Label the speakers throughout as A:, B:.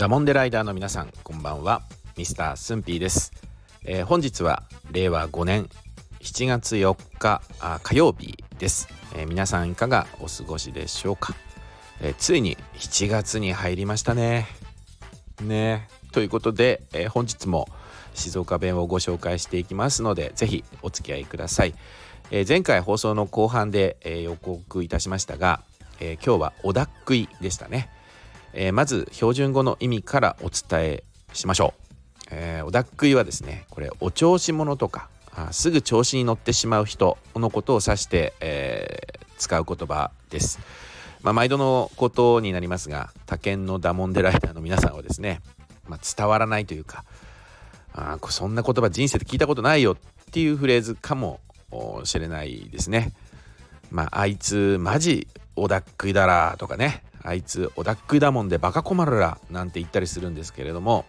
A: ダモンデライダーの皆さん、こんばんは。ミスタースンピーです。本日は令和5年7月4日火曜日です。皆さんいかがお過ごしでしょうか。ついに7月に入りましたね。ということで、本日も静岡弁をご紹介していきますので、ぜひお付き合いください。前回放送の後半で、予告いたしましたが、今日はおだっくいでしたね。まず標準語の意味からお伝えしましょう。おだっくいはですね、これお調子者とかすぐ調子に乗ってしまう人のことを指して、使う言葉です。毎度のことになりますが、他県のダモンデライダーの皆さんはですね、伝わらないというか、そんな言葉人生で聞いたことないよっていうフレーズかもしれないですね。あいつマジおだっくいだらとかね、あいつおだっくいだもんでバカ困るらなんて言ったりするんですけれども、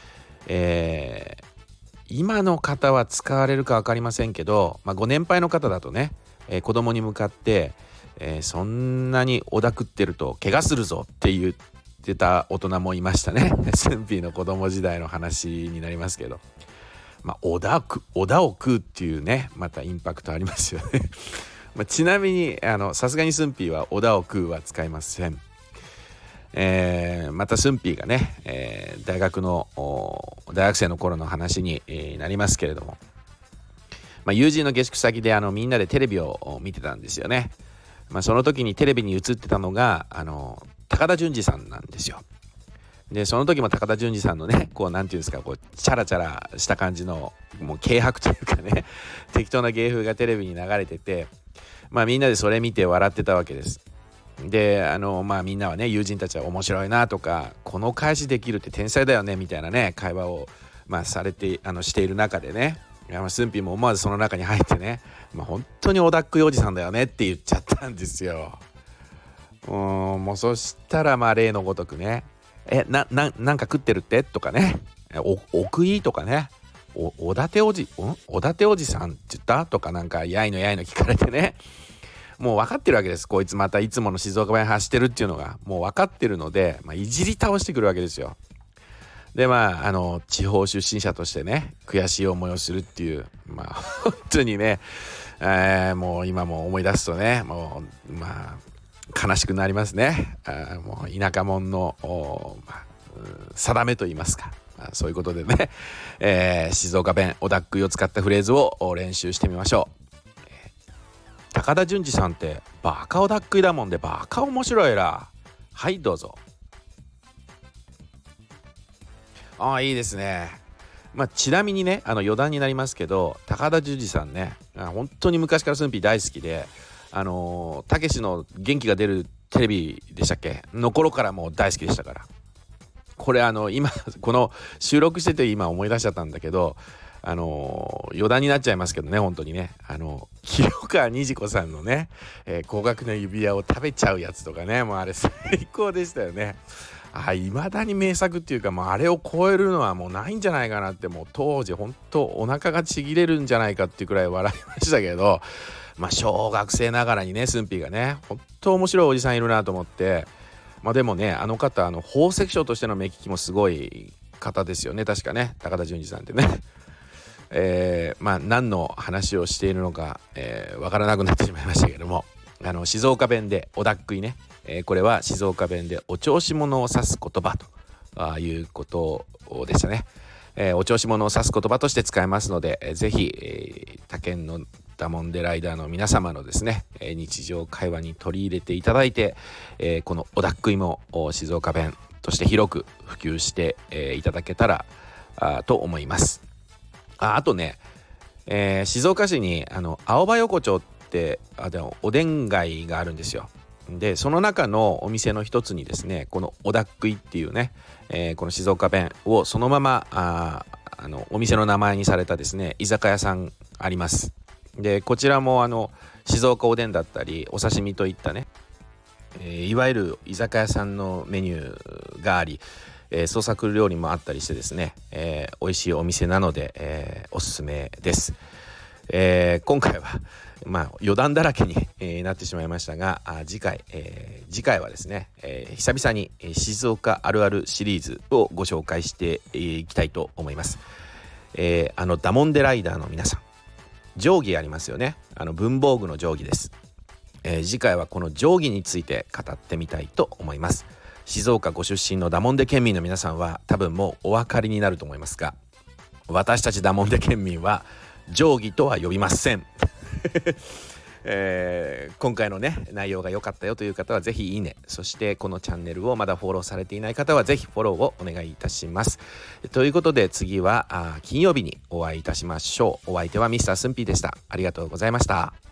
A: 今の方は使われるか分かりませんけど、ご年配の方だとね、子供に向かって、そんなにおだくってると怪我するぞって言ってた大人もいましたね。スンピーの子供時代の話になりますけど、おだを食うっていうね、またインパクトありますよね。ちなみにさすがにスンピーはおだを食うは使いません。またスンピーがね、大学生の頃の話になりますけれども、友人の下宿先でみんなでテレビを見てたんですよね。その時にテレビに映ってたのが高田純次さんなんですよ。でその時も高田純次さんのね、なんていうんですか、チャラチャラした感じのもう軽薄というかね、適当な芸風がテレビに流れてて、みんなでそれ見て笑ってたわけです。でみんなはね、友人たちは面白いなとか、この返しできるって天才だよねみたいなね会話をされてしている中でね、スンピーも思わずその中に入ってね、本当におだっくいおじさんだよねって言っちゃったんですよ。もうそしたら例のごとくね、なんか食ってるってとかね、お食いとかね、おだておじさんって言ったとか、なんかやいの聞かれてね、もう分かってるわけです。こいつまたいつもの静岡弁発してるっていうのがもう分かってるので、いじり倒してくるわけですよ。で地方出身者としてね、悔しい思いをするっていう、本当にね、もう今も思い出すとね、もう悲しくなりますね。もう田舎者の定めと言いますか、そういうことでね、静岡弁おだっくいを使ったフレーズを練習してみましょう。高田純次さんってバカおだっくいだもんでバカ面白いら。はい、どうぞ。いいですね。ちなみにね、余談になりますけど、高田純次さんね、本当に昔からスンピー大好きで、たけしの元気が出るテレビでしたっけの頃からもう大好きでしたから。これ今この収録してて今思い出しちゃったんだけど、余談になっちゃいますけどね、本当にね、清川虹子さんのね、高額な指輪を食べちゃうやつとかね、もうあれ最高でしたよね。未だに名作っていうか、あれを超えるのはもうないんじゃないかなって、もう当時本当お腹がちぎれるんじゃないかっていうくらい笑いましたけど、小学生ながらにね、スンピーがね本当面白いおじさんいるなと思って、でもね、方宝石商としての目利きもすごい方ですよね、確かね、高田純次さんってね。何の話をしているのか、わからなくなってしまいましたけども、静岡弁でおだっくいね、これは静岡弁でお調子者を指す言葉ということでしたね。お調子者を指す言葉として使えますので、ぜひ、他県のダモンデライダーの皆様のですね、日常会話に取り入れていただいて、このおだっくいも静岡弁として広く普及して、いただけたらと思います。あとね、静岡市に青葉横丁っておでん街があるんですよ。でその中のお店の一つにですね、このおだっくいっていうね、この静岡弁をそのままお店の名前にされたですね、居酒屋さんあります。でこちらも静岡おでんだったりお刺身といったね、いわゆる居酒屋さんのメニューがあり、創作料理もあったりしてですね、美味しいお店なので、おすすめです。今回は、 余談だらけに、なってしまいましたが、次回はですね、久々に静岡あるあるシリーズをご紹介していきたいと思います。ダモンデライダーの皆さん、定規ありますよね。文房具の定規です。次回はこの定規について語ってみたいと思います。静岡ご出身のダモンデ県民の皆さんは多分もうお分かりになると思いますが、私たちダモンデ県民は定規とは呼びません。今回のね内容が良かったよという方はぜひいいね、そしてこのチャンネルをまだフォローされていない方はぜひフォローをお願いいたします。ということで次は金曜日にお会いいたしましょう。お相手はミスタースンピーでした。ありがとうございました。